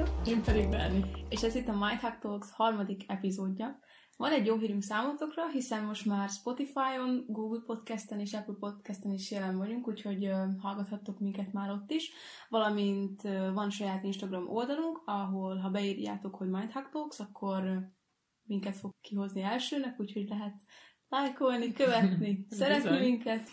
Abigail. Én pedig Berni. És ez itt a Mindhack Talks harmadik epizódja. Van egy jó hírünk számotokra, hiszen most már Spotify-on, Google Podcasten és Apple Podcasten is jelen vagyunk, úgyhogy hallgathattok minket már ott is. Valamint van saját Instagram oldalunk, ahol ha beírjátok, hogy Mindhack Talks, akkor minket fog kihozni elsőnek, úgyhogy lehet lájkolni, követni, szeretni minket.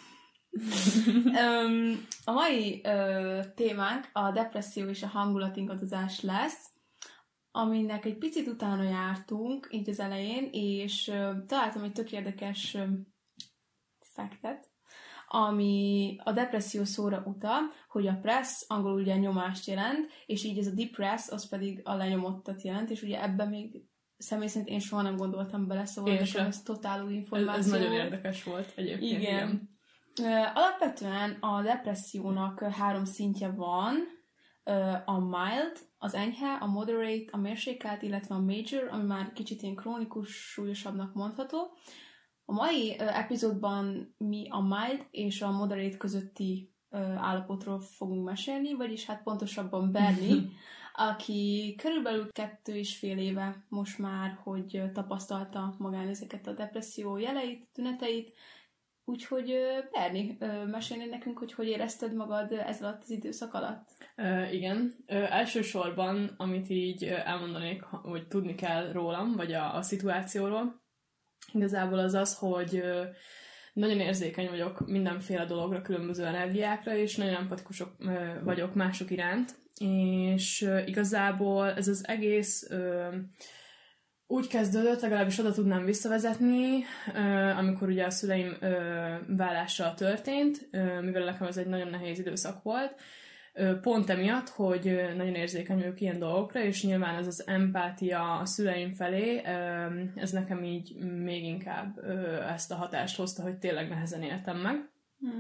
A mai témánk a depresszió és a hangulatingadozás lesz, aminek egy picit utána jártunk, így az elején, és találtam egy tök érdekes faktet, ami a depresszió szóra utal, hogy a press angolul ugye nyomást jelent, és így ez a depress, az pedig a lenyomottat jelent, és ugye ebben még személy szerint én soha nem gondoltam bele, szóval ez totál új információ. Ez nagyon érdekes volt egyébként. Igen. Alapvetően a depressziónak 3 szintje van, a mild, az enyhe, a moderate, a mérsékelt, illetve a major, ami már kicsit ilyen krónikus, súlyosabbnak mondható. A mai epizódban mi a mild és a moderate közötti állapotról fogunk mesélni, vagyis hát pontosabban Berni, aki körülbelül 2,5 éve most már, hogy tapasztalta magán ezeket a depresszió jeleit, tüneteit. Úgyhogy Berni, mesélnél nekünk, hogy érezted magad ez alatt az időszak alatt? Igen. Elsősorban, amit így elmondanék, hogy tudni kell rólam, vagy a szituációról, igazából az, hogy nagyon érzékeny vagyok mindenféle dologra, különböző energiákra, és nagyon empatikus vagyok mások iránt, és igazából ez az egész úgy kezdődött, legalábbis oda tudnám visszavezetni, amikor ugye a szüleim válása történt, mivel nekem ez egy nagyon nehéz időszak volt, pont emiatt, hogy nagyon érzékeny vagyok ilyen dolgokra, és nyilván ez az empátia a szüleim felé, ez nekem így még inkább ezt a hatást hozta, hogy tényleg nehezen éltem meg.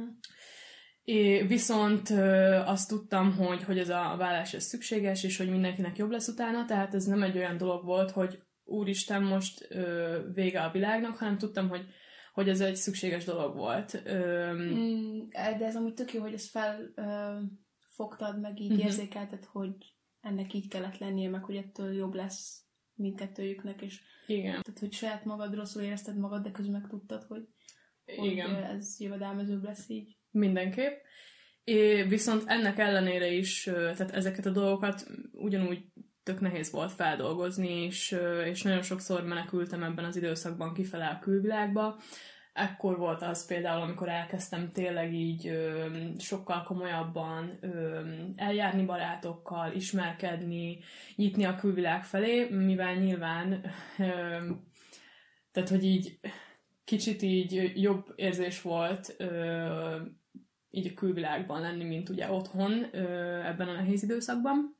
Viszont azt tudtam, hogy ez a vállás ez szükséges, és hogy mindenkinek jobb lesz utána, tehát ez nem egy olyan dolog volt, hogy úristen, most vége a világnak, hanem tudtam, hogy ez egy szükséges dolog volt. De ez amúgy tök jó, hogy ezt felfogtad, meg így érzékelted, hogy ennek így kellett lennie, meg hogy ettől jobb lesz mindkettőjüknek, és igen. Tehát, hogy saját magad rosszul érezted magad, de közben meg tudtad, hogy ez jövedelmezőbb lesz így. Mindenképp. Viszont ennek ellenére is, tehát ezeket a dolgokat ugyanúgy tök nehéz volt feldolgozni, és nagyon sokszor menekültem ebben az időszakban kifele a külvilágba. Ekkor volt az például, amikor elkezdtem tényleg így sokkal komolyabban eljárni barátokkal, ismerkedni, nyitni a külvilág felé, mivel nyilván tehát, hogy így kicsit így jobb érzés volt így a külvilágban lenni, mint ugye otthon ebben a nehéz időszakban.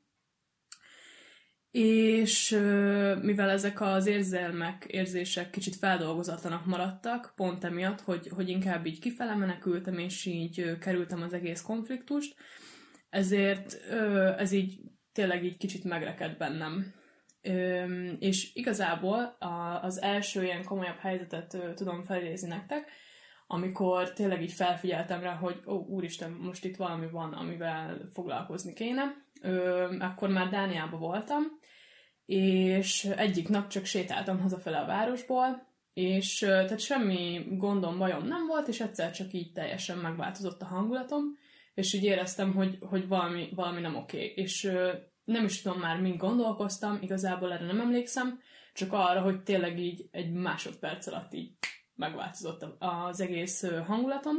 És mivel ezek az érzések kicsit feldolgozatlanak maradtak, pont emiatt, hogy inkább így kifele menekültem, és így kerültem az egész konfliktust, ezért ez így tényleg így kicsit megrekedt bennem. És igazából az első ilyen komolyabb helyzetet tudom felidézni nektek, amikor tényleg így felfigyeltem rá, hogy úristen, most itt valami van, amivel foglalkozni kéne. Akkor már Dániában voltam, és egyik nap csak sétáltam hazafele a városból, és tehát semmi gondom, bajom nem volt, és egyszer csak így teljesen megváltozott a hangulatom, és így éreztem, hogy valami nem oké. És nem is tudom már, mind gondolkoztam, igazából erre nem emlékszem, csak arra, hogy tényleg így egy másodperc alatt így megváltozott az egész hangulatom.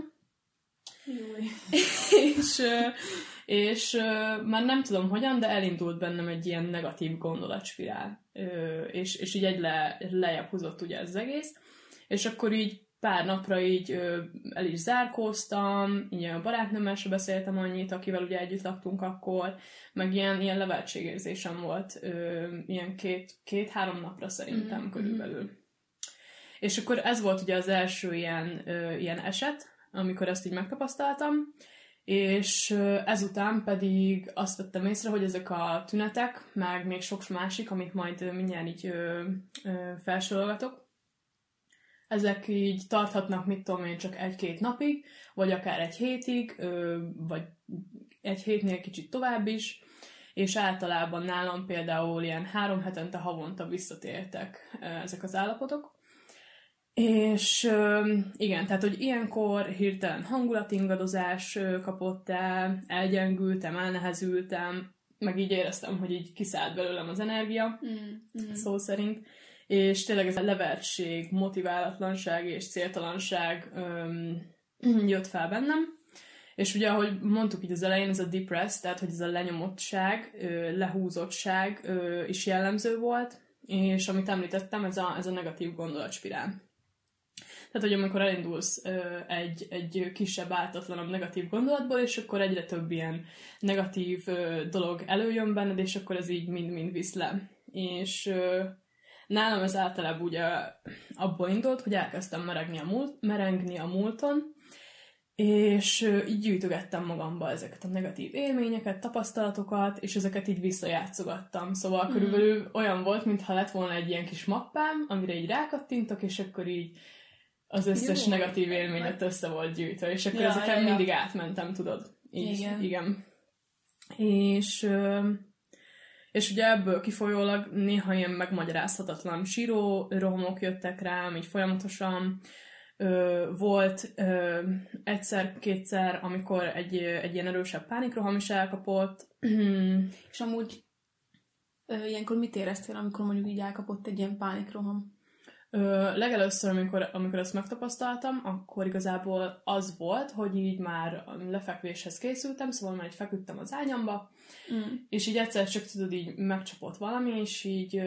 és már nem tudom hogyan, de elindult bennem egy ilyen negatív gondolatspirál. És így lejjebb húzott ugye ez az egész. És akkor így pár napra így el is zárkóztam, így a barátnőmmel se beszéltem annyit, akivel ugye együtt laktunk akkor, meg ilyen leveltségérzésem volt ilyen 2-3 napra szerintem körülbelül. És akkor ez volt ugye az első ilyen eset, amikor ezt így megtapasztaltam, és ezután pedig azt vettem észre, hogy ezek a tünetek, meg még sok másik, amit majd mindjárt így felsorolgatok, ezek így tarthatnak, mit tudom én, csak 1-2 napig, vagy akár 1 hétig, vagy 1 hétnél kicsit tovább is, és általában nálam például ilyen 3 hetente, havonta visszatértek ezek az állapotok. És igen, tehát, hogy ilyenkor hirtelen hangulatingadozás kapott el, elgyengültem, elnehezültem, meg így éreztem, hogy így kiszállt belőlem az energia, szó szerint, és tényleg ez a levertség, motiválatlanság és céltalanság jött fel bennem, és ugye, ahogy mondtuk így az elején, ez a depressed, tehát, hogy ez a lenyomottság, lehúzottság is jellemző volt, és amit említettem, ez a negatív gondolatspirál. Tehát, hogy amikor elindulsz egy kisebb, ártatlanabb negatív gondolatból, és akkor egyre több ilyen negatív dolog előjön benned, és akkor ez így mind-mind visz le. És nálam ez általában ugye abból indult, hogy elkezdtem merengni a múlton, és így gyűjtögettem magamba ezeket a negatív élményeket, tapasztalatokat, és ezeket így visszajátszogattam. Szóval körülbelül olyan volt, mintha lett volna egy ilyen kis mappám, amire így rákattintok, és akkor így az összes negatív élményet össze volt gyűjtve, és akkor ezeken mindig átmentem, tudod. Így, igen. És ugye ebből kifolyólag néha ilyen megmagyarázhatatlan síró rohamok jöttek rám, így folyamatosan. Volt egyszer-kétszer, amikor egy ilyen erősebb pánikroham is elkapott. És amúgy ilyenkor mit éreztél, amikor mondjuk így elkapott egy ilyen pánikroham? Legelőször, amikor ezt megtapasztaltam, akkor igazából az volt, hogy így már lefekvéshez készültem, szóval már így feküdtem az ágyamba, és így egyszer csak tudod, így megcsapott valami, és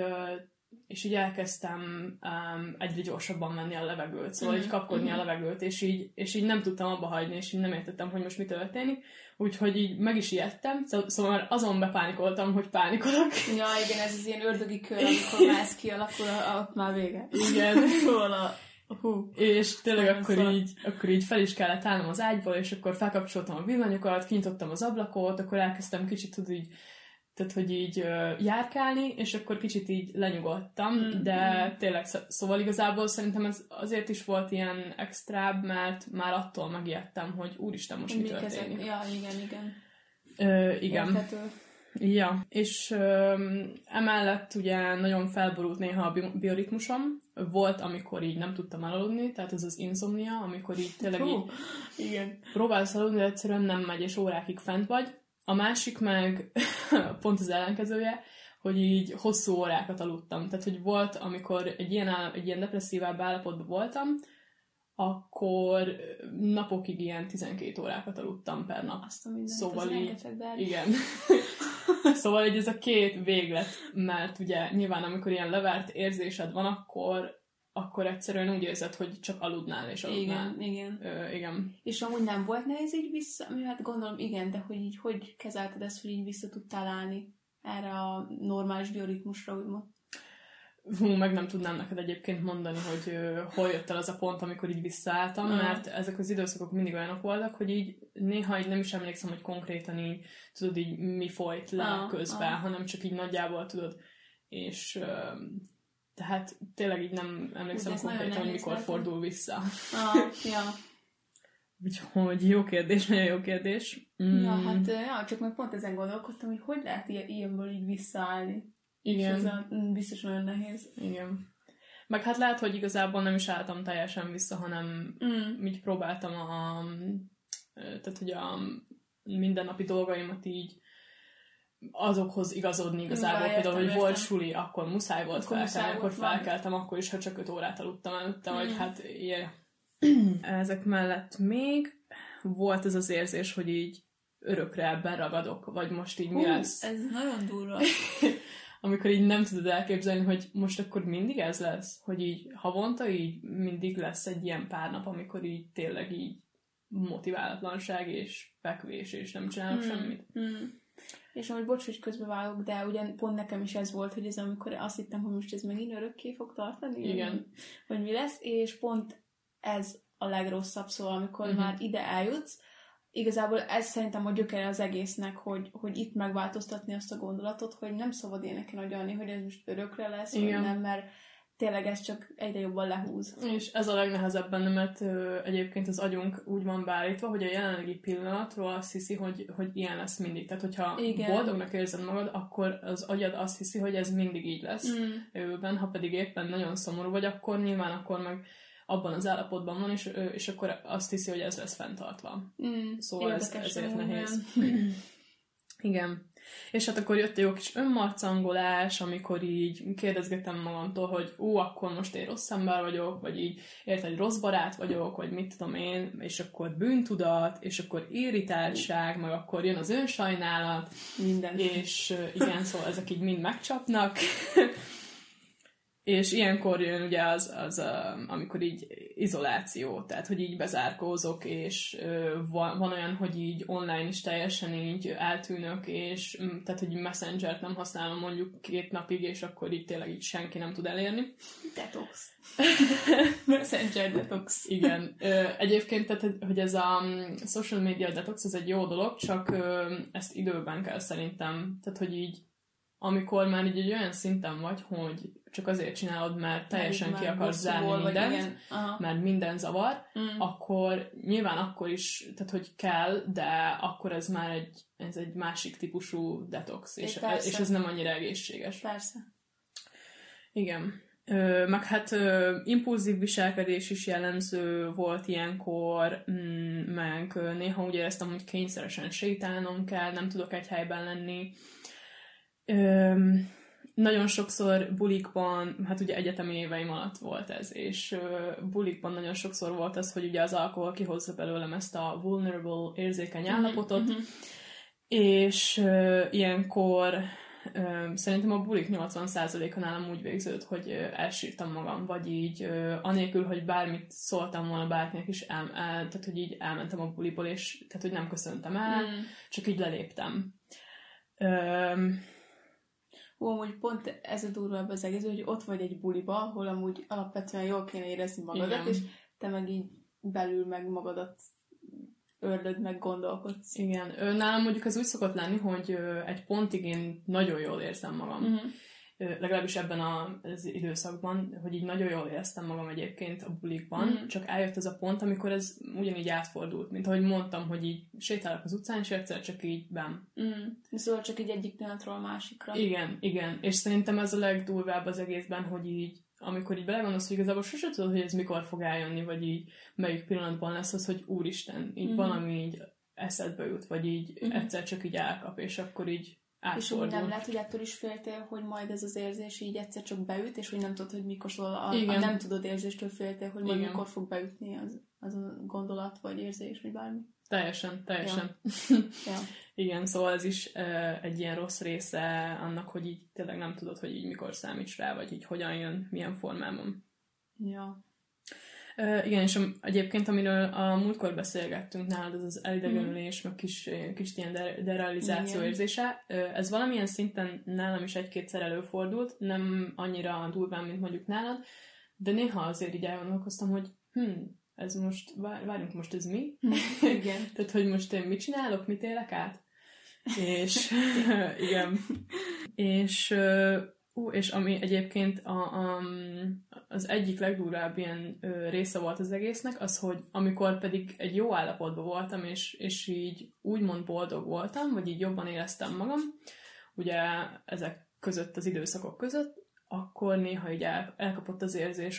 így elkezdtem egyre gyorsabban menni a levegőt, szóval így kapkodni a levegőt, és így nem tudtam abba hagyni, és így nem értettem, hogy most mi történik, úgyhogy így meg is ijedtem, szóval már azon bepánikoltam, hogy pánikolok. Ja, igen, ez az ilyen ördögi kör, amikor mász kialakul, ott már vége. Igen. Szóval és tényleg akkor így fel is kellett állnom az ágyból, és akkor felkapcsoltam a villanyokat, kinyitottam az ablakot, akkor elkezdtem kicsit tudod így, tehát, hogy így járkálni, és akkor kicsit így lenyugodtam, de tényleg, szóval igazából szerintem ez azért is volt ilyen extrább, mert már attól megijedtem, hogy úristen, most mi történik. Ja, igen. Igen. Érthető. Ja, és emellett ugye nagyon felborult néha a bioritmusom. Volt, amikor így nem tudtam elaludni, tehát ez az insomnia, amikor így tényleg így igen. próbálsz aludni, de egyszerűen nem megy, és órákig fent vagy. A másik meg pont az ellenkezője, hogy így hosszú órákat aludtam. Tehát, hogy volt, amikor egy ilyen depresszívább állapotban voltam, akkor napokig ilyen 12 órákat aludtam per nap. Azt a mindent, szóval így, igen. Szóval így ez a két véglet, mert ugye nyilván amikor ilyen levert érzésed van, akkor egyszerűen úgy érzed, hogy csak aludnál és aludnál. Igen. És amúgy nem volt nehéz így vissza? Hát gondolom igen, de hogy így hogy kezelted ezt, hogy így vissza tudtál állni erre a normális bioritmusra, úgymond? Meg nem tudnám neked egyébként mondani, hogy hol jött el az a pont, amikor így visszaálltam, mert ezek az időszakok mindig olyanok voltak, hogy így néha így nem is emlékszem, hogy konkrétan így, tudod, így mi folyt le közben, hanem csak így nagyjából tudod, és tehát tényleg így nem emlékszem konkrétan, hogy mikor fordul vissza. Úgyhogy jó kérdés, nagyon jó kérdés. Ja, hát csak meg pont ezen gondolkodtam, hogy lehet ilyenből így visszaállni. Igen. És ez biztos nagyon nehéz. Igen. Meg hát lehet, hogy igazából nem is álltam teljesen vissza, hanem így próbáltam tehát, hogy a mindennapi dolgaimat így azokhoz igazodni igazából. Például, hogy volt suli, akkor muszáj volt felkelni, akkor felkeltem, akkor is, ha csak 5 órát aludtam előtte, vagy hát ilyen. Ezek mellett még volt ez az érzés, hogy így örökre ebben ragadok, vagy most így mi lesz. Ez nagyon durva. Amikor így nem tudod elképzelni, hogy most akkor mindig ez lesz, hogy így havonta így mindig lesz egy ilyen pár nap, amikor így tényleg így motiválatlanság és fekvés, és nem csinálok semmit. És amúgy bocs, hogy közbevágok, de ugyan pont nekem is ez volt, hogy ez amikor azt hittem, hogy most ez megint örökké fog tartani. Igen. Hogy mi lesz, és pont ez a legrosszabb, szóval amikor már ide eljutsz, igazából ez szerintem a gyökere az egésznek, hogy itt megváltoztatni azt a gondolatot, hogy nem szabad ilyeneken agyalni, hogy ez most örökre lesz, vagy nem, mert tényleg ez csak egyre jobban lehúz. És ez a legnehezebb benne, mert egyébként az agyunk úgy van beállítva, hogy a jelenlegi pillanatról azt hiszi, hogy ilyen lesz mindig. Tehát, hogyha boldognak érzed magad, akkor az agyad azt hiszi, hogy ez mindig így lesz jövőben. Ha pedig éppen nagyon szomorú vagy, akkor nyilván akkor meg abban az állapotban van, és akkor azt hiszi, hogy ez lesz fenntartva. Szóval ezért nehéz. Igen. És hát akkor jött egy jó kis önmarcangolás, amikor így kérdezgettem magamtól, hogy akkor most én rossz ember vagyok, vagy így egy rossz barát vagyok, vagy mit tudom én, és akkor bűntudat, és akkor irritáltság, meg akkor jön az önsajnálat. Minden. És igen, szóval ezek így mind megcsapnak. És ilyenkor jön ugye amikor így izoláció, tehát hogy így bezárkózok, és van olyan, hogy így online is teljesen így eltűnök, és tehát hogy Messengert nem használom mondjuk 2 napig, és akkor így tényleg így senki nem tud elérni. Detox. Messenger detox. Igen. Egyébként, tehát, hogy ez a social media detox, ez egy jó dolog, csak ezt időben kell szerintem, tehát hogy így amikor már így egy olyan szinten vagy, hogy csak azért csinálod, mert teljesen ki akarsz zárni mindent, mert minden zavar, akkor nyilván akkor is, tehát hogy kell, de akkor ez már egy másik típusú detox, és ez nem annyira egészséges. Persze. Igen. Meg hát impulzív viselkedés is jellemző volt ilyenkor, meg néha úgy éreztem, hogy kényszeresen sétálnom kell, nem tudok egy helyben lenni. Nagyon sokszor bulikban, hát ugye egyetemi éveim alatt volt ez, és bulikban nagyon sokszor volt az, hogy ugye az alkohol kihozza belőlem ezt a vulnerable, érzékeny állapotot, és ilyenkor szerintem a bulik 80%-a nálam úgy végződött, hogy elsírtam magam, vagy így anélkül, hogy bármit szóltam volna bárkinek is, tehát hogy így elmentem a buliból, és tehát hogy nem köszöntem el, csak így leléptem. Amúgy pont ez a durva ebben az egész, hogy ott vagy egy buliba, ahol amúgy alapvetően jól kéne érezni magadat, igen. És te meg így belül meg magadat örlöd, meg gondolkodsz. Igen. Nálam mondjuk ez úgy szokott lenni, hogy egy pontig én nagyon jól érzem magam. Legalábbis ebben az időszakban, hogy így nagyon jól éreztem magam egyébként a bulikban, csak eljött ez a pont, amikor ez ugyanígy átfordult, mint ahogy mondtam, hogy így sétálok az utcán, és egyszer csak így Szóval csak így egyik pillanatról a másikra. Igen. És szerintem ez a legdurvább az egészben, hogy így amikor így belegondolsz, hogy igazából sose tudod, hogy ez mikor fog eljönni, vagy így melyik pillanatban lesz az, hogy úristen, így valami így eszedbe jut, vagy így egyszer csak így elkap, és akkor így átfordul. És úgy nem lehet, hogy attól is féltél, hogy majd ez az érzés így egyszer csak beüt, és hogy nem tudod, hogy mikor, szóval a nem tudod érzéstől féltél, hogy majd mikor fog beütni az a gondolat, vagy érzés, vagy bármi. Teljesen. Ja. Igen, szóval ez is egy ilyen rossz része annak, hogy így tényleg nem tudod, hogy így mikor számíts rá, vagy így hogyan jön, milyen formában. Ja. Igen, és egyébként, amiről a múltkor beszélgettünk nálad, az az elidegenülés, meg kis ilyen derealizáció érzése. Ez valamilyen szinten nálam is egy-kétszer előfordult, nem annyira durván, mint mondjuk nálad, de néha azért így elgondolkoztam, hogy ez most, várjunk, most ez mi? Igen. Tehát, hogy most én mit csinálok, mit élek át? És igen. És ami egyébként az egyik legdurvább ilyen része volt az egésznek, az, hogy amikor pedig egy jó állapotban voltam, és így úgymond boldog voltam, vagy így jobban éreztem magam, ugye ezek között, az időszakok között, akkor néha így elkapott az érzés,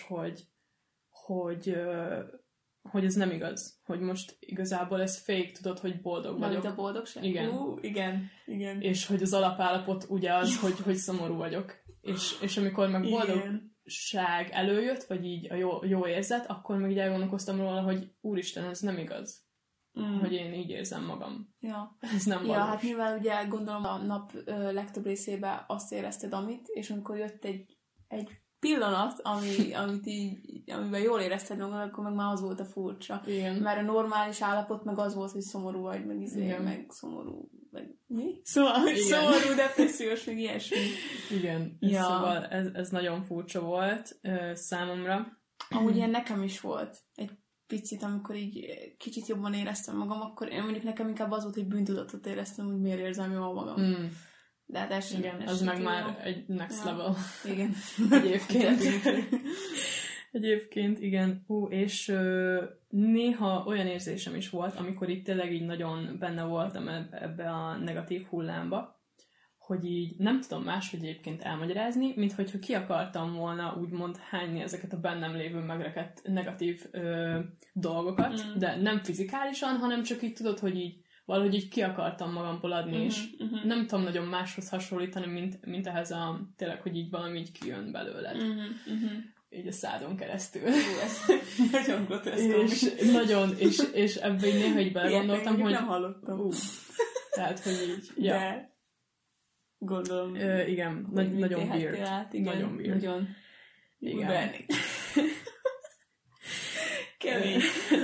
hogy ez nem igaz. Hogy most igazából ez fake, tudod, hogy boldog vagyok. Majd a boldogság? Igen. Igen. És hogy az alapállapot ugye az, hogy szomorú vagyok. És amikor meg boldogság előjött, vagy így a jó érzet, akkor meg így elgondolkoztam róla, hogy úristen, ez nem igaz. Hogy én így érzem magam. Ja. Ez nem valós. Ja, hát nyilván ugye gondolom a nap legtöbb részében azt érezted, és amikor jött egy pillanat, amiben jól érezted magad, akkor meg már az volt a furcsa. Igen. Mert a normális állapot meg az volt, hogy szomorú vagy, meg szomorú, meg mi? Szóval, hogy szomorú, depressziós, meg ilyesmi. Igen. Ja. Szóval ez nagyon furcsa volt számomra. Amúgy ilyen nekem is volt egy picit, amikor így kicsit jobban éreztem magam, akkor én mondjuk nekem inkább az volt, hogy bűntudatot éreztem, hogy miért érzem jól magam. De hát ez igen, az meg már egy next level. Igen. Egyébként. Egyébként, igen. És néha olyan érzésem is volt, amikor itt tényleg így nagyon benne voltam ebbe a negatív hullámba, hogy így nem tudom máshogy egyébként elmagyarázni, mint hogyha ki akartam volna úgymond hányni ezeket a bennem lévő megrekedt negatív dolgokat, de nem fizikálisan, hanem csak így tudod, hogy így valahogy így ki akartam magamból adni, és nem tudom nagyon máshoz hasonlítani, mint ehhez tényleg, hogy így valami így kijön belőled. Így a szádon keresztül. Nagyon groteszk. És ebben így néha így belegondoltam, hogy... nem hallottam. Tehát, hogy így... Ja. De gondolom... igen, nagyon weird. Igen, nagyon weird. Nagyon... Igen. Kemény.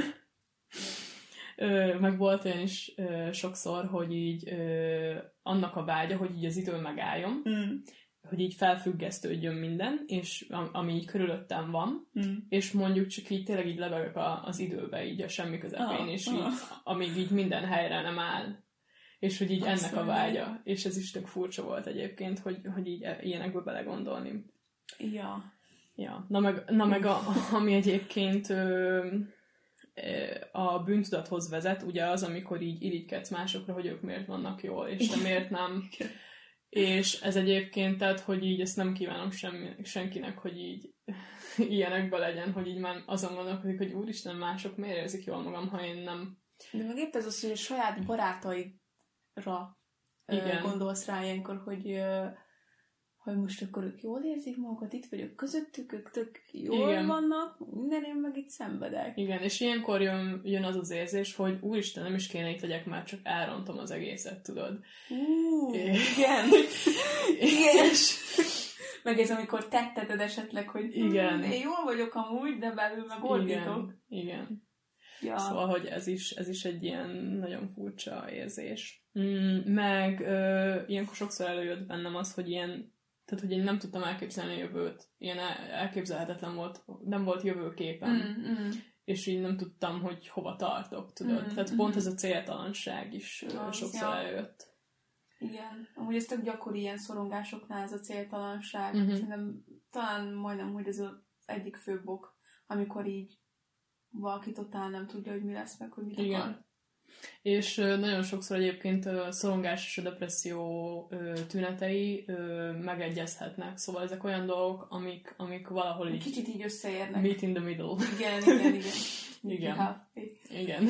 Meg volt olyan is sokszor, hogy így annak a vágya, hogy így az idő megálljon, hogy így felfüggesztődjön minden, és ami így körülöttem van, és mondjuk csak így tényleg így lebegek az időbe, így a semmi közepén, és így, amíg így minden helyre nem áll. És hogy így ennek a vágya. És ez is tök furcsa volt egyébként, hogy így ilyenekbe belegondolni. Ja. Ja. Na meg ami egyébként a bűntudathoz vezet, ugye az, amikor így irigykedsz másokra, hogy ők miért vannak jól, és te miért nem. És ez egyébként, tehát, hogy így ezt nem kívánom senkinek, hogy így ilyenekbe legyen, hogy így már azon gondolkodik, hogy úristen, mások miért érzik jól magam, ha én nem. De meg épp ez az, hogy a saját barátaidra gondolsz rá ilyenkor, hogy most akkor ők jól érzik magukat, itt vagyok közöttük, ők tök jól vannak, minden én meg itt szenvedek. Igen, és ilyenkor jön az érzés, hogy úristen, nem is kéne itt legyek, már csak elrontom az egészet, tudod. Igen. Igen. Meg ez, amikor tetteted esetleg, hogy igen. Én jól vagyok amúgy, de belül meg ordítok. Igen. Ja. Szóval, hogy ez is egy ilyen nagyon furcsa érzés. Meg ilyenkor sokszor előjött bennem az, hogy ilyen, tehát, hogy én nem tudtam elképzelni a jövőt. Ilyen elképzelhetetlen volt, nem volt jövőképem. És így nem tudtam, hogy hova tartok, tudod. Tehát pont ez a céltalanság is sokszor előjött. Igen. Amúgy ez tök gyakori ilyen szorongásoknál ez a céltalanság. Szerintem talán majdnem, hogy ez az egyik főbb ok, amikor így valaki totál nem tudja, hogy mi lesz meg, hogy mit akar. És nagyon sokszor egyébként a szorongás és a depresszió tünetei megegyezhetnek. Szóval ezek olyan dolgok, amik valahol így... Kicsit így összeérnek. Meet in the middle. Igen.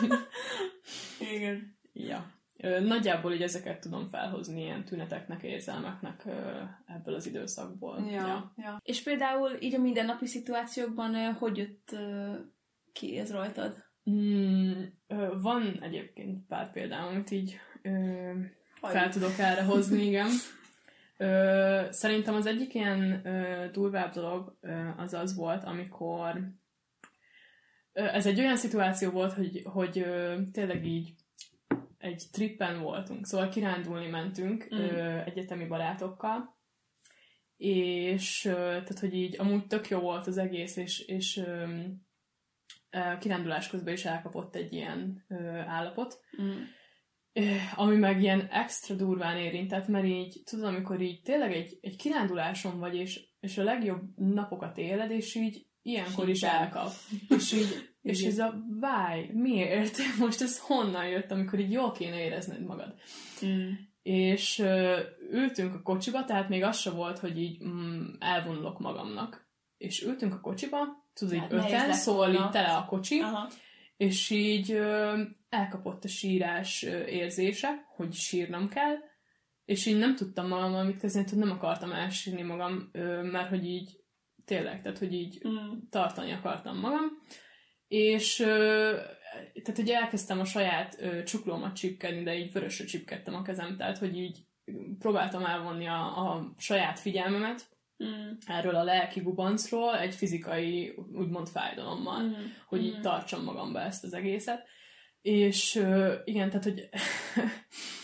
Igen. Ja. Nagyjából így ezeket tudom felhozni ilyen tüneteknek, érzelmeknek ebből az időszakból. Ja. És például így a mindennapi szituációkban hogy jött ki ez rajtad? Van egyébként pár példám, amit így fel tudok erre hozni, igen. Szerintem az egyik ilyen durvább dolog az volt, amikor ez egy olyan szituáció volt, hogy tényleg így egy trippen voltunk, szóval kirándulni mentünk egyetemi barátokkal, és tehát, hogy így amúgy tök jó volt az egész, és kirándulás közben is elkapott egy ilyen állapot, ami meg ilyen extra durván érintett, mert így, tudod, amikor így tényleg egy kiránduláson vagy, és a legjobb napokat éled, és így ilyenkor is elkap. És ez a why, miért? Most ez honnan jött, amikor így jól kéne érezned magad. És ültünk a kocsiba, tehát még az se volt, hogy így elvonulok magamnak. És ültünk a kocsiba, tudod, így 5-en, szóval így tele a kocsi, és így elkapott a sírás érzése, hogy sírnom kell, és így nem tudtam magammal mit kezdeni, hogy nem akartam elsírni magam, mert hogy így tényleg, tehát hogy így tartani akartam magam, és tehát hogy elkezdtem a saját csuklómat csipkedni, de így vörösre csipkedtem a kezem, tehát hogy így próbáltam elvonni a saját figyelmemet erről a lelki gubancról egy fizikai, úgymond fájdalommal, hogy így tartsam magamba ezt az egészet. És igen, tehát, hogy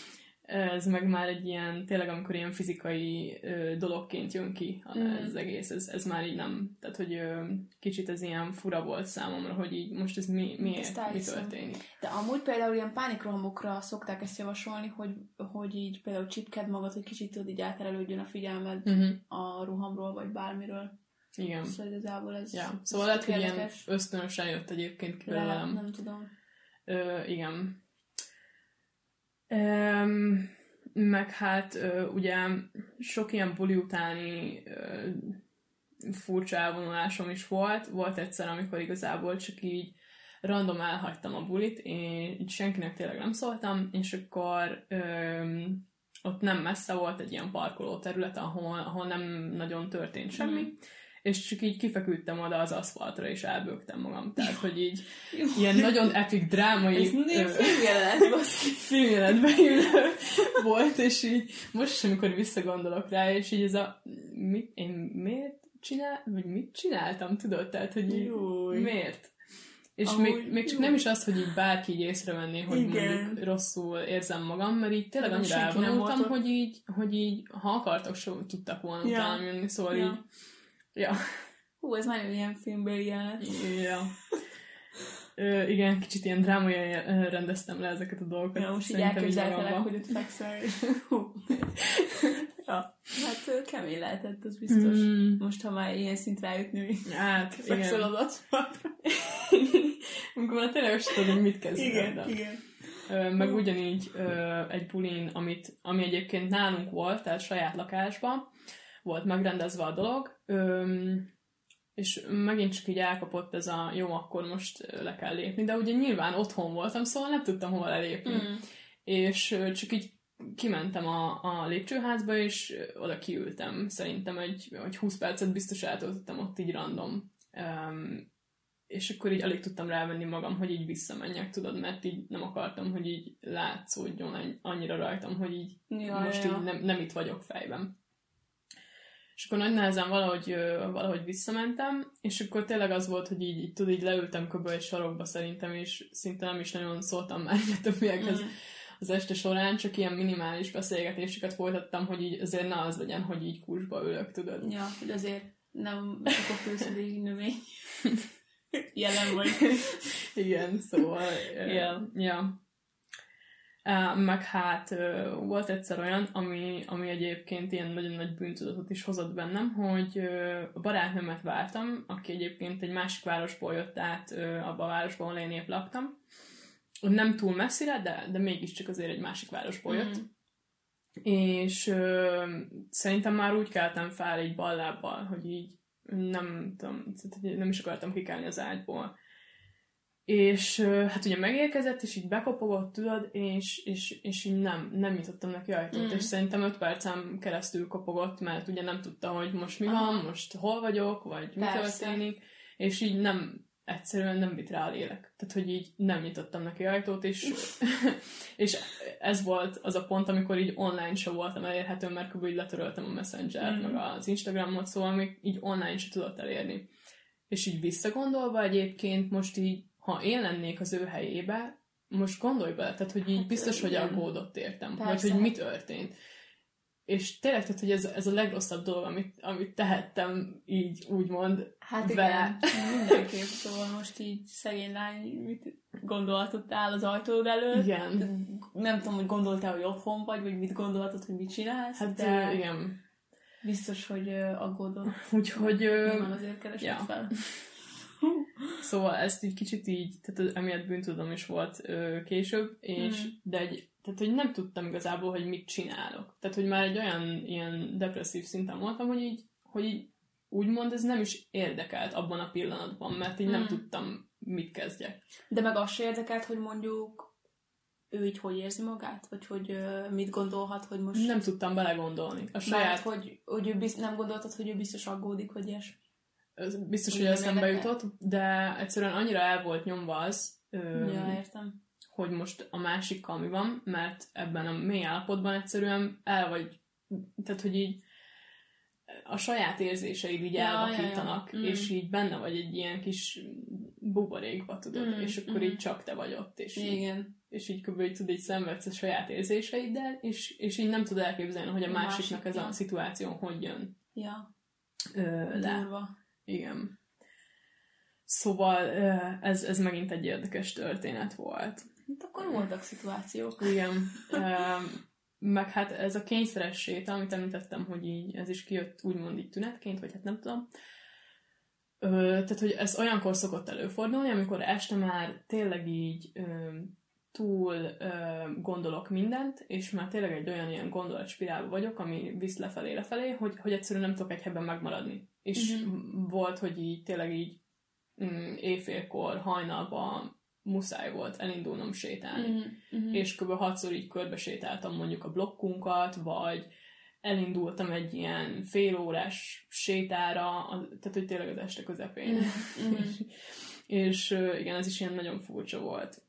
ez meg már egy ilyen, tényleg amikor ilyen fizikai dologként jön ki ez az egész, ez már így nem, tehát hogy kicsit ez ilyen fura volt számomra, hogy így most ez mi történik. De amúgy például ilyen pánikrohamokra szokták ezt javasolni, hogy így például csipked magad, hogy kicsit tudod így áterelődjön a figyelmed a rohamról, vagy bármiről. Igen. Szóval igazából ez... Ja. Szóval lehet, hogy ilyen ösztönösen jött egyébként ki belőlem. Nem tudom. Igen. Meg hát ugye sok ilyen buli utáni furcsa elvonulásom is volt egyszer, amikor igazából csak így random elhagytam a bulit, én senkinek tényleg nem szóltam, és akkor ott nem messze volt egy ilyen parkoló terület, ahol nem nagyon történt semmi, és csak így kifeküdtem oda az aszfaltra, és elbögtem magam. Tehát, hogy így ilyen nagyon epic, drámai filmjelenetben volt, és így most is, amikor visszagondolok rá, és így ez a... Én mit csináltam, tudod? Tehát, hogy így, miért? És még csak nem is az, hogy így bárki így észrevenné, hogy mondjuk rosszul érzem magam, mert így tényleg annyira elvonultam, hogy így ha akartak, tudtak volna utána jönni, szóval így... Ja. Ez nagyon ilyen filmbeli jelenet. Ja. Igen, kicsit ilyen drámai rendeztem le ezeket a dolgokat. Ja, most így elképzeltelek, hogy ott fekszel. Ja, hát kemény lehetett, az biztos. Most, ha már ilyen szintre eljutni, hogy fekszel az aszfaltra. Amikor már tényleg azt tudod, hogy mit kezdjük. Igen. Meg ugyanígy egy bulin, ami egyébként nálunk volt, tehát saját lakásban, volt megrendezve a dolog, és megint csak így elkapott ez a jó, akkor most le kell lépni, de ugye nyilván otthon voltam, szóval nem tudtam hova lelépni. És csak így kimentem a lépcsőházba, és oda kiültem. Szerintem egy 20 percet biztos eltöltöttem ott így random. És akkor így alig tudtam rávenni magam, hogy így visszamenjek, tudod, mert így nem akartam, hogy így látszódjon annyira rajtam, hogy így most így nem itt vagyok fejben. És akkor nagy nehezen valahogy visszamentem, és akkor tényleg az volt, hogy így leültem kb. Egy sarokba szerintem, és szinte nem is nagyon szóltam már a többiekhez az este során, csak ilyen minimális beszélgetéseket folytattam, hogy így azért ne az legyen, hogy így kursba ülök, tudod. Ja, hogy azért nem csak külszödési növény jelen vagy. Igen, szóval... Ja. Meg hát volt egyszer olyan, ami egyébként ilyen nagyon nagy bűntudatot is hozott bennem, hogy a barátnőmet vártam, aki egyébként egy másik városból jött át abba a városban, ahol én épp laktam. Nem túl messzire, de mégiscsak azért egy másik városból jött. És szerintem már úgy keltem fel egy ballábbal, hogy így nem tudom, nem is akartam kikelni az ágyból. És hát ugye megérkezett, és így bekopogott, tudod, és így nem nyitottam neki ajtót, és szerintem 5 percen keresztül kopogott, mert ugye nem tudta, hogy most mi van, most hol vagyok, vagy mi történik, és így egyszerűen nem vitt rá a lélek. Tehát, hogy így nem nyitottam neki ajtót, és ez volt az a pont, amikor így online se voltam elérhető, mert kb. Így letöröltem a Messenger-t, meg az Instagramot, szóval még így online se tudott elérni. És így visszagondolva egyébként most így, ha én lennék az ő helyébe, most gondolj bele, tehát, hogy így hát biztos, hogy aggódott értem, vagy hogy mi történt. És tényleg, tehát, hogy ez a legrosszabb dolog, amit tehettem így, úgymond hát vele. Igen, mindenképp, szóval most így szegény lány, mit gondolhatott áll az ajtód előtt. Igen. Nem tudom, hogy gondoltál, hogy otthon vagy mit gondolhatod, hogy mit csinálsz, hát, de igen. Biztos, hogy aggódott. Úgyhogy... Nyilván azért keresett fel. Szóval ezt így kicsit így, tehát emiatt bűntudom is volt később, és tehát, hogy nem tudtam igazából, hogy mit csinálok. Tehát, hogy már egy olyan ilyen depresszív szinten voltam, hogy így úgymond ez nem is érdekelt abban a pillanatban, mert így nem tudtam, mit kezdjek. De meg az se érdekelt, hogy mondjuk ő így hogy érzi magát? Vagy hogy mit gondolhat, hogy most... Nem tudtam belegondolni. A saját... Mert, hogy ő nem gondoltad, hogy ő biztos aggódik, hogy ilyesmi. Biztos, hogy eszembe jutott, de egyszerűen annyira el volt nyomva az, ja, értem. hogy most a másikkal mi van, mert ebben a mély állapotban egyszerűen el vagy, tehát hogy így a saját érzéseid így elvakítanak, és így benne vagy egy ilyen kis buborékba, tudod, és akkor így csak te vagy ott, és így kb. Így szenvedsz a saját érzéseiddel, és így nem tud elképzelni, hogy a másiknak ez a szituáció hogy jön le. Durva. Igen. Szóval ez megint egy érdekes történet volt. Hát akkor voltak szituációk. Igen. Meg hát ez a kényszeres séta, amit említettem, hogy így ez is kijött úgymond így tünetként, vagy hát nem tudom. Tehát, hogy ez olyankor szokott előfordulni, amikor este már tényleg így túl gondolok mindent, és már tényleg egy olyan ilyen gondolatspirálba vagyok, ami visz lefelé, hogy egyszerűen nem tudok egy helyben megmaradni. És volt, hogy így tényleg így éjfélkor, hajnalban muszáj volt elindulnom sétálni. És kb. 6-szor így körbe sétáltam mondjuk a blokkunkat, vagy elindultam egy ilyen félórás sétára, tehát hogy tényleg az este közepén. És igen, ez is ilyen nagyon furcsa volt.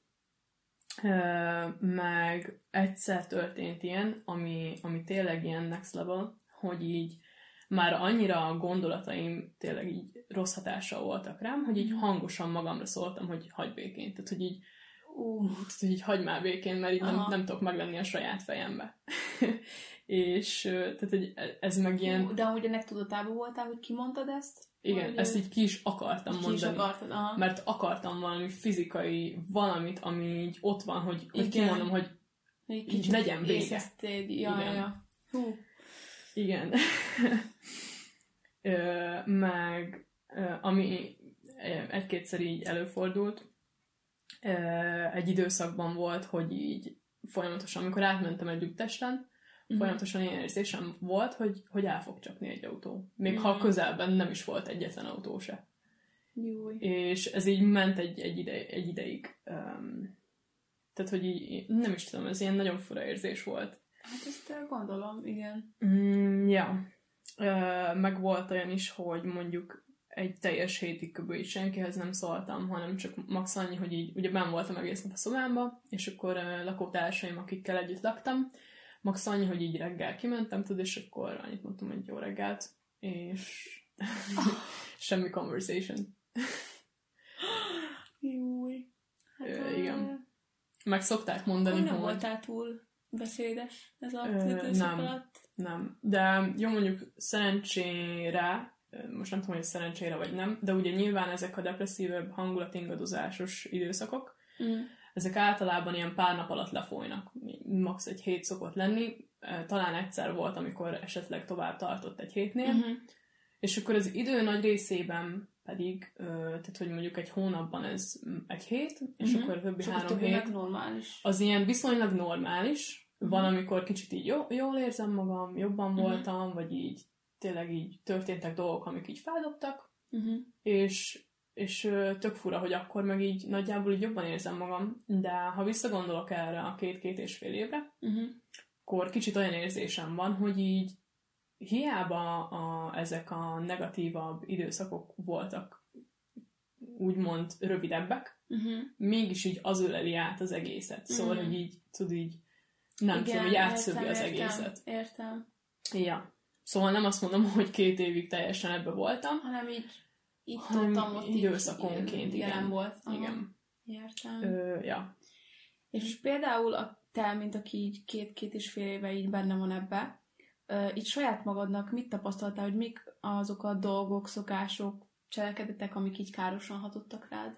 Meg egyszer történt ilyen, ami tényleg ilyen next level, hogy így már annyira a gondolataim tényleg így rossz hatással voltak rám, hogy így hangosan magamra szóltam, hogy hagyd békén. Tehát, hogy így hagyd már békén, mert így nem tudok meglenni a saját fejembe. És tehát, hogy ez meg ilyen... De amúgy ennek tudatában voltál, hogy kimondtad ezt? Igen, vagy ezt így ki is akartam mondani. Ki is akartad, mert akartam valami fizikai, valamit, ami így ott van, hogy kimondom, hogy így legyen vége. Ja. Hú. Igen. Meg ami egy-kétszer így előfordult, egy időszakban volt, hogy így folyamatosan, amikor átmentem egy úttesten, folyamatosan ilyen érzésem volt, hogy el fog csapni egy autó. Még ha közelben nem is volt egyetlen autó se. Júj. És ez így ment egy ideig. Tehát, hogy így, nem is tudom, ez ilyen nagyon fura érzés volt. Hát ezt gondolom, igen. Ja. Meg volt olyan is, hogy mondjuk egy teljes hétig kb. Így senkihez nem szóltam, hanem csak max annyi, hogy így ugye benn voltam egész nap a szobámba, és akkor lakótársaim, akikkel együtt laktam, max annyi, hogy így reggel kimentem, tudod, és akkor annyit mondtam, hogy jó reggelt, és semmi conversation. Júj. Hát, igen. Meg szokták mondani, hogy... nem voltál túl beszédes ez az időszak alatt? Nem. De jó, mondjuk szerencsére, most nem tudom, hogy szerencsére vagy nem, de ugye nyilván ezek a depresszívebb hangulatingadozásos időszakok, ezek általában ilyen pár nap alatt lefolynak. Max egy hét szokott lenni. Talán egyszer volt, amikor esetleg tovább tartott egy hétnél. És akkor az idő nagy részében pedig, tehát hogy mondjuk egy hónapban ez egy hét, és akkor a többi 3 hét normális. Az ilyen viszonylag normális. Van, amikor kicsit így jól érzem magam, jobban voltam, vagy így tényleg így történtek dolgok, amik így feldobtak, és tök fura, hogy akkor meg így nagyjából így jobban érzem magam, de ha visszagondolok erre a 2-2,5 évre, akkor kicsit olyan érzésem van, hogy így hiába ezek a negatívabb időszakok voltak úgymond rövidebbek, mégis így az öleli át az egészet. Szóval, hogy így tudod így nem tudom, hogy átszövi az egészet. Értem. Ja. Szóval nem azt mondom, hogy 2 évig teljesen ebbe voltam, hanem így tudtam, ott időszakonként, igen. volt. Aha. Igen. Értem. Ja. És például te, mint aki így 2-2,5 éve így benne van ebbe, így saját magadnak mit tapasztaltál, hogy mik azok a dolgok, szokások, cselekedetek, amik így károsan hatottak rád?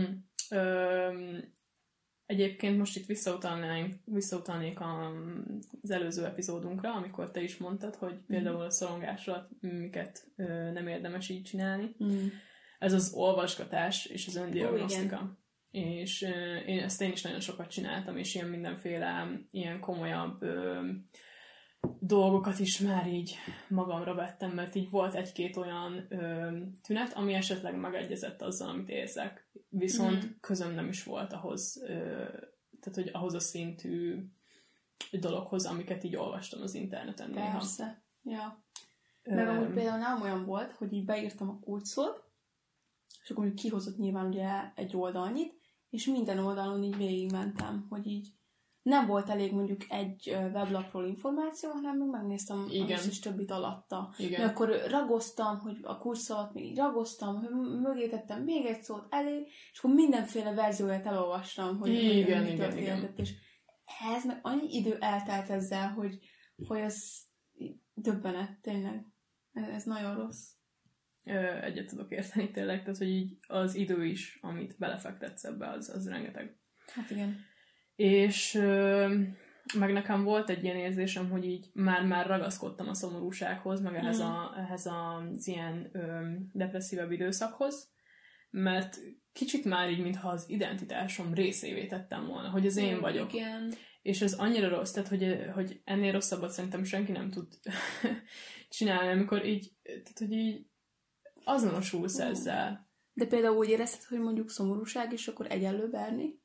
Egyébként most itt visszautalnék az előző epizódunkra, amikor te is mondtad, hogy például a szorongás alatt miket nem érdemes így csinálni. Ez az olvasgatás és az öndiagnosztika. És ezt én is nagyon sokat csináltam, és ilyen mindenféle ilyen komolyabb dolgokat is már így magamra vettem, mert így volt 1-2 olyan tünet, ami esetleg megegyezett azzal, amit érzek. Viszont közöm nem is volt ahhoz, tehát hogy ahhoz a szintű dologhoz, amiket így olvastam az interneten néha. Persze, ja. Meg amúgy például nem olyan volt, hogy így beírtam a kulcsszót, és akkor kihozott nyilván ugye egy oldalnyit, és minden oldalon így végigmentem, hogy így nem volt elég mondjuk egy weblapról információ, hanem még megnéztem az összes többit alatta. Igen. Mert akkor ragoztam, hogy a kurszót még így ragoztam, mögé tettem még egy szót elé, és akkor mindenféle verzióját elolvastam, hogy mi történt. És ez meg annyi idő eltelt ezzel, hogy ez döbbenet, tényleg. Ez nagyon rossz. Egyet tudok érteni tényleg, tehát hogy így az idő is, amit belefektetsz ebbe, az rengeteg. Hát igen. És meg nekem volt egy ilyen érzésem, hogy így már ragaszkodtam a szomorúsághoz, meg ehhez az ilyen depresszívebb időszakhoz, mert kicsit már így, mintha az identitásom részévé tettem volna, hogy az én vagyok. Igen. És ez annyira rossz, tehát hogy ennél rosszabbat szerintem senki nem tud csinálni, amikor így, tehát hogy így azonosulsz ezzel. De például úgy érezted, hogy mondjuk szomorúság, és akkor egyenlő verni?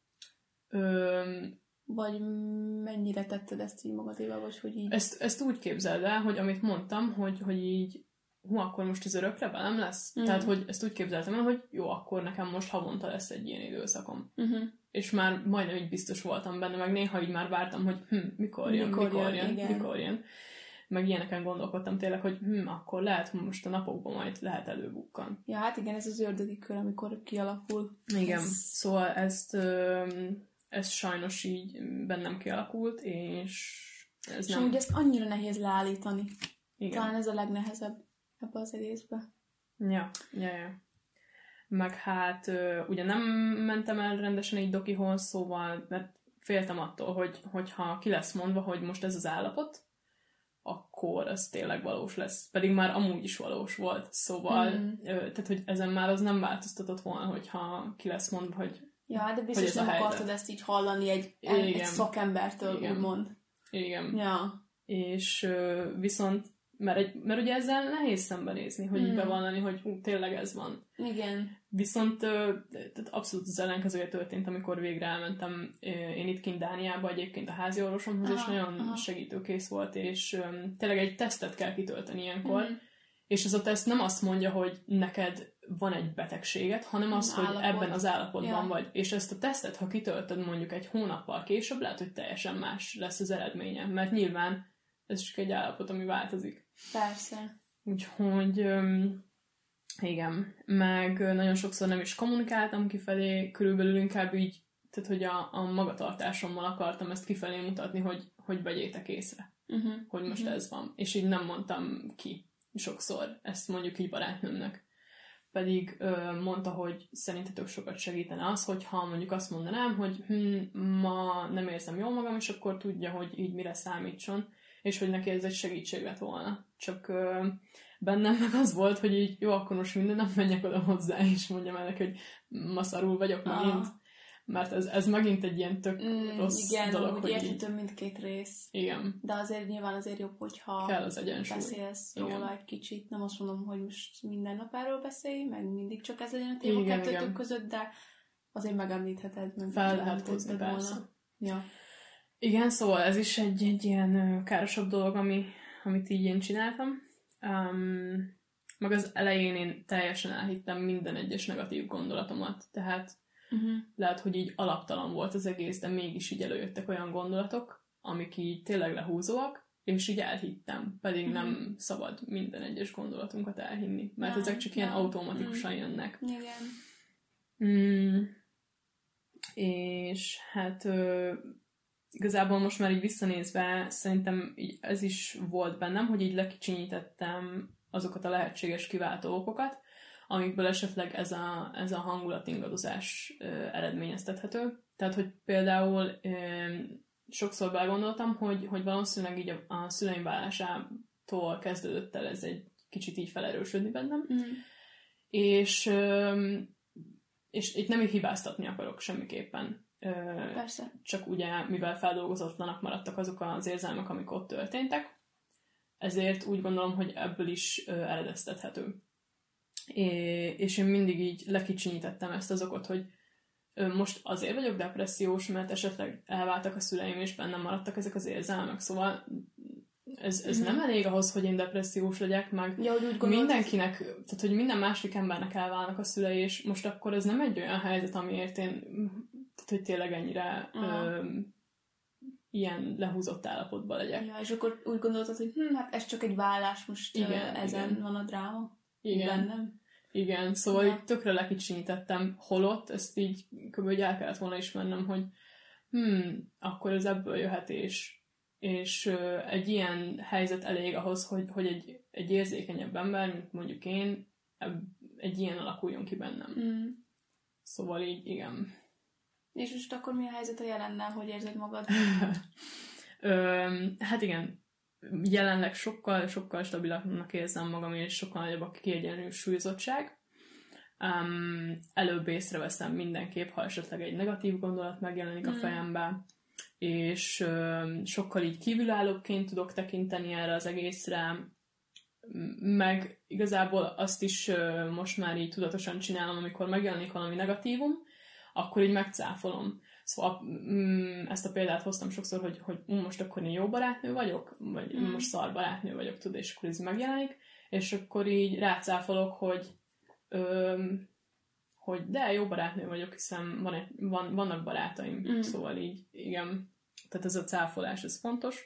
Vagy mennyire tetted ezt így magadéval, vagy hogy így... Ezt úgy képzeld el, hogy amit mondtam, hogy így akkor most ez örökre velem lesz? Tehát, hogy ezt úgy képzeltem el, hogy jó, akkor nekem most havonta lesz egy ilyen időszakom. És már majdnem így biztos voltam benne, meg néha így már vártam, hogy mikor jön. Meg ilyeneken gondolkodtam tényleg, hogy akkor lehet, hogy most a napokban majd lehet előbukkan. Ja, hát igen, ez az ördögi kör, amikor kialakul. Igen, szóval ez sajnos így bennem kialakult, és ez és nem... amúgy ezt annyira nehéz leállítani. Igen. Talán ez a legnehezebb ebbe az egészbe. Ja. Meg hát ugye nem mentem el rendesen így dokihoz, szóval, mert féltem attól, hogyha ki lesz mondva, hogy most ez az állapot, akkor az tényleg valós lesz. Pedig már amúgy is valós volt. Szóval, tehát, hogy ezen már az nem változtatott volna, hogyha ki lesz mondva, hogy ja, de biztos nem akartad ezt így hallani egy szakembertől, úgymond. Igen. Ja. És viszont, mert ugye ezzel nehéz szembenézni, hogy így bevallani, hogy tényleg ez van. Igen. Viszont tehát abszolút az ellenkezője történt, amikor végre elmentem én itt kint Dániába egyébként a házi orvosomhoz, és nagyon segítőkész volt, és tényleg egy tesztet kell kitölteni ilyenkor, és az a teszt nem azt mondja, hogy neked van egy betegséged, hanem az, hogy ebben az állapotban vagy. És ezt a tesztet, ha kitöltöd mondjuk egy hónappal később, lehet, hogy teljesen más lesz az eredménye, mert nyilván ez csak egy állapot, ami változik. Persze. Úgyhogy igen, meg nagyon sokszor nem is kommunikáltam kifelé, körülbelül inkább így, tehát hogy a magatartásommal akartam ezt kifelé mutatni, hogy vegyétek észre, hogy most ez van. És így nem mondtam ki sokszor ezt mondjuk így barátnőmnek. Pedig mondta, hogy szerintetek sokat segítene az, hogyha mondjuk azt mondanám, hogy ma nem érzem jól magam, és akkor tudja, hogy így mire számítson, és hogy neki ez egy segítség lett volna. Csak bennem meg az volt, hogy így jó, akkor most minden nap menjek oda hozzá, és mondjam el neki, hogy ma szarul vagyok megint. Mert ez megint egy ilyen tök rossz dolog, hogy értető mindkét rész. Igen. De azért nyilván azért jobb, hogyha kell az egyensúly. Beszélsz róla egy kicsit. Nem azt mondom, hogy most minden nap erről beszélj, meg mindig csak ez legyen a téma kettőtök között, de azért megemlítheted. Meg fel lehet hozni, persze. Ja. Igen, szóval ez is egy ilyen károsabb dolog, amit így én csináltam. Meg az elején én teljesen elhittem minden egyes negatív gondolatomat, tehát lehet, hogy így alaptalan volt az egész, de mégis így előjöttek olyan gondolatok, amik így tényleg lehúzóak, és így elhittem, pedig nem szabad minden egyes gondolatunkat elhinni, mert ezek csak ilyen automatikusan jönnek. Igen. És hát igazából most már így visszanézve szerintem így ez is volt bennem, hogy így lekicsinyítettem azokat a lehetséges kiváltó okokat, amikből esetleg ez a hangulatingadozás eredményeztethető. Tehát, hogy például sokszor belegondoltam, hogy valószínűleg így a szüleim válásától kezdődött el ez egy kicsit így felerősödni bennem. És itt nem így hibáztatni akarok semmiképpen. Persze. Csak ugye, mivel feldolgozatlanak maradtak azok az érzelmek, amik ott történtek, ezért úgy gondolom, hogy ebből is eredeztethető. És én mindig így lekicsinyítettem ezt az okot, hogy most azért vagyok depressziós, mert esetleg elváltak a szüleim, és bennem maradtak ezek az érzelmek. Szóval ez nem elég ahhoz, hogy én depressziós legyek, meg mindenkinek, tehát hogy minden másik embernek elválnak a szülei, és most akkor ez nem egy olyan helyzet, amiért én, tehát hogy tényleg ennyire ilyen lehúzott állapotban legyek. Ja, és akkor úgy gondoltad, hogy hát ez csak egy vállás, most ezen van a dráma. Igen. Bennem. Igen, szóval így tökre lekicsinyítettem, holott ezt így kb. El kellett volna ismernem, hogy akkor ez ebből jöhet, és egy ilyen helyzet elég ahhoz, hogy egy érzékenyebb ember, mint mondjuk én, egy ilyen alakuljon ki bennem. Szóval így, igen. És most akkor mi a helyzet a jelennel? Hogy érzed magad? Hát igen, jelenleg sokkal stabilabbnak érzem magam, és sokkal nagyobb a kiegyensúlyozottság. Előbb észreveszem mindenképp, ha esetleg egy negatív gondolat megjelenik a fejembe, és sokkal így kívülállóként tudok tekinteni erre az egészre, meg igazából azt is most már így tudatosan csinálom, amikor megjelenik valami negatívum, akkor így megcáfolom. Szóval ezt a példát hoztam sokszor, hogy most akkor én jó barátnő vagyok, vagy most szar barátnő vagyok, tudod, és akkor ez megjelenik, és akkor így rácáfolok, hogy de jó barátnő vagyok, hiszen vannak barátaim, szóval így, igen, tehát ez a cáfolás, ez fontos.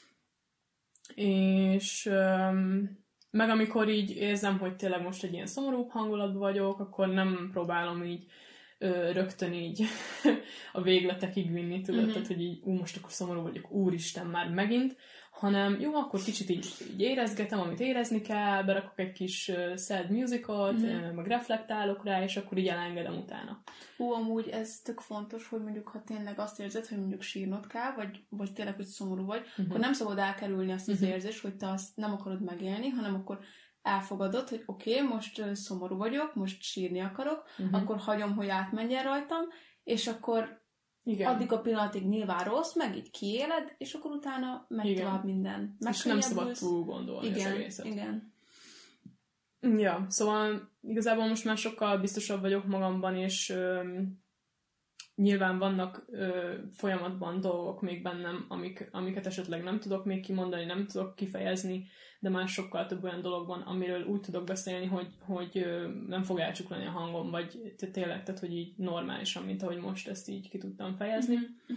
És meg amikor így érzem, hogy tényleg most egy ilyen szomorúbb hangulatban vagyok, akkor nem próbálom így rögtön így a végletekig vinni, tudod, tehát, hogy így, most akkor szomorú vagyok, úristen, már megint, hanem jó, akkor kicsit így érezgetem, amit érezni kell, berakok egy kis sad musicot, meg reflektálok rá, és akkor így elengedem utána. Amúgy ez tök fontos, hogy mondjuk, ha tényleg azt érzed, hogy mondjuk sírnod kell, vagy tényleg, hogy szomorú vagy, akkor nem szabad elkerülni azt az érzést, hogy te azt nem akarod megélni, hanem akkor elfogadod, hogy oké, most szomorú vagyok, most sírni akarok, akkor hagyom, hogy átmenjen rajtam, és akkor addig a pillanatig nyilván rossz, meg így kiéled, és akkor utána megy tovább minden. És nem szabad túl gondolni az egészet. Igen. Ja, szóval igazából most már sokkal biztosabb vagyok magamban, és nyilván vannak folyamatban dolgok még bennem, amiket esetleg nem tudok még kimondani, nem tudok kifejezni, de már sokkal több olyan dolog van, amiről úgy tudok beszélni, hogy nem fog elcsuklani a hangom, vagy tényleg, tehát hogy így normálisan, mint ahogy most ezt így ki tudtam fejezni.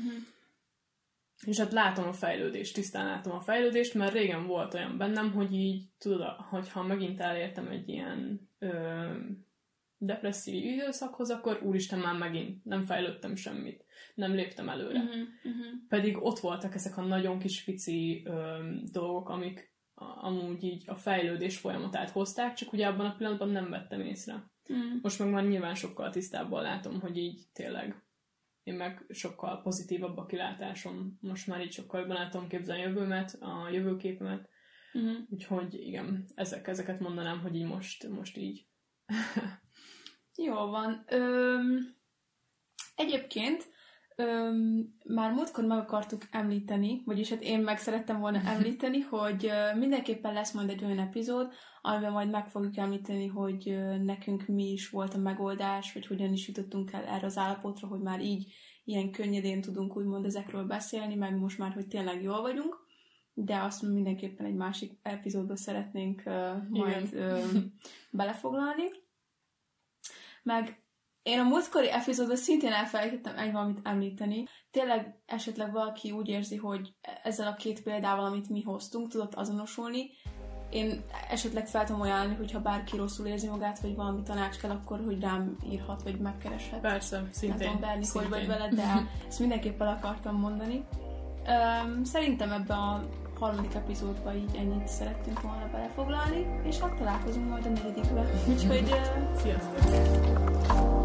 És hát látom a fejlődést, tisztán látom a fejlődést, mert régen volt olyan bennem, hogy így tudod, hogyha megint elértem egy ilyen depresszív időszakhoz, akkor úristen, már megint nem fejlődtem semmit, nem léptem előre. Pedig ott voltak ezek a nagyon kis pici dolgok, amik amúgy így a fejlődés folyamatát hozták, csak ugye abban a pillanatban nem vettem észre. Most meg már nyilván sokkal tisztábban látom, hogy így tényleg én meg sokkal pozitívabb a kilátásom. Most már így sokkal jobban el tudom képzelni a jövőmet, a jövőképemet. Úgyhogy igen, ezeket mondanám, hogy így most így. Jó van. Egyébként már múltkor meg akartuk említeni, vagyis hát én meg szerettem volna említeni, hogy mindenképpen lesz majd egy olyan epizód, amiben majd meg fogjuk említeni, hogy nekünk mi is volt a megoldás, vagy hogyan is jutottunk el erre az állapotra, hogy már így ilyen könnyedén tudunk úgymond ezekről beszélni, meg most már, hogy tényleg jól vagyunk, de azt mindenképpen egy másik epizódba szeretnénk majd belefoglalni. Meg én a múltkori epizódban szintén elfelejtettem egy valamit említeni. Tényleg esetleg valaki úgy érzi, hogy ezzel a két példával, amit mi hoztunk, tudott azonosulni. Én esetleg fel tudom ajánlani, hogyha bárki rosszul érzi magát, vagy valami tanács kell, akkor hogy rám írhat, vagy megkereshet. Persze, szintén. Nem tudom, Berni, hogy vagy veled, de ezt mindenképp el akartam mondani. Szerintem ebbe a harmadik epizódban így ennyit szerettünk volna belefoglalni, és hát találkozunk majd a 4. Úgyhogy... Sziasztok!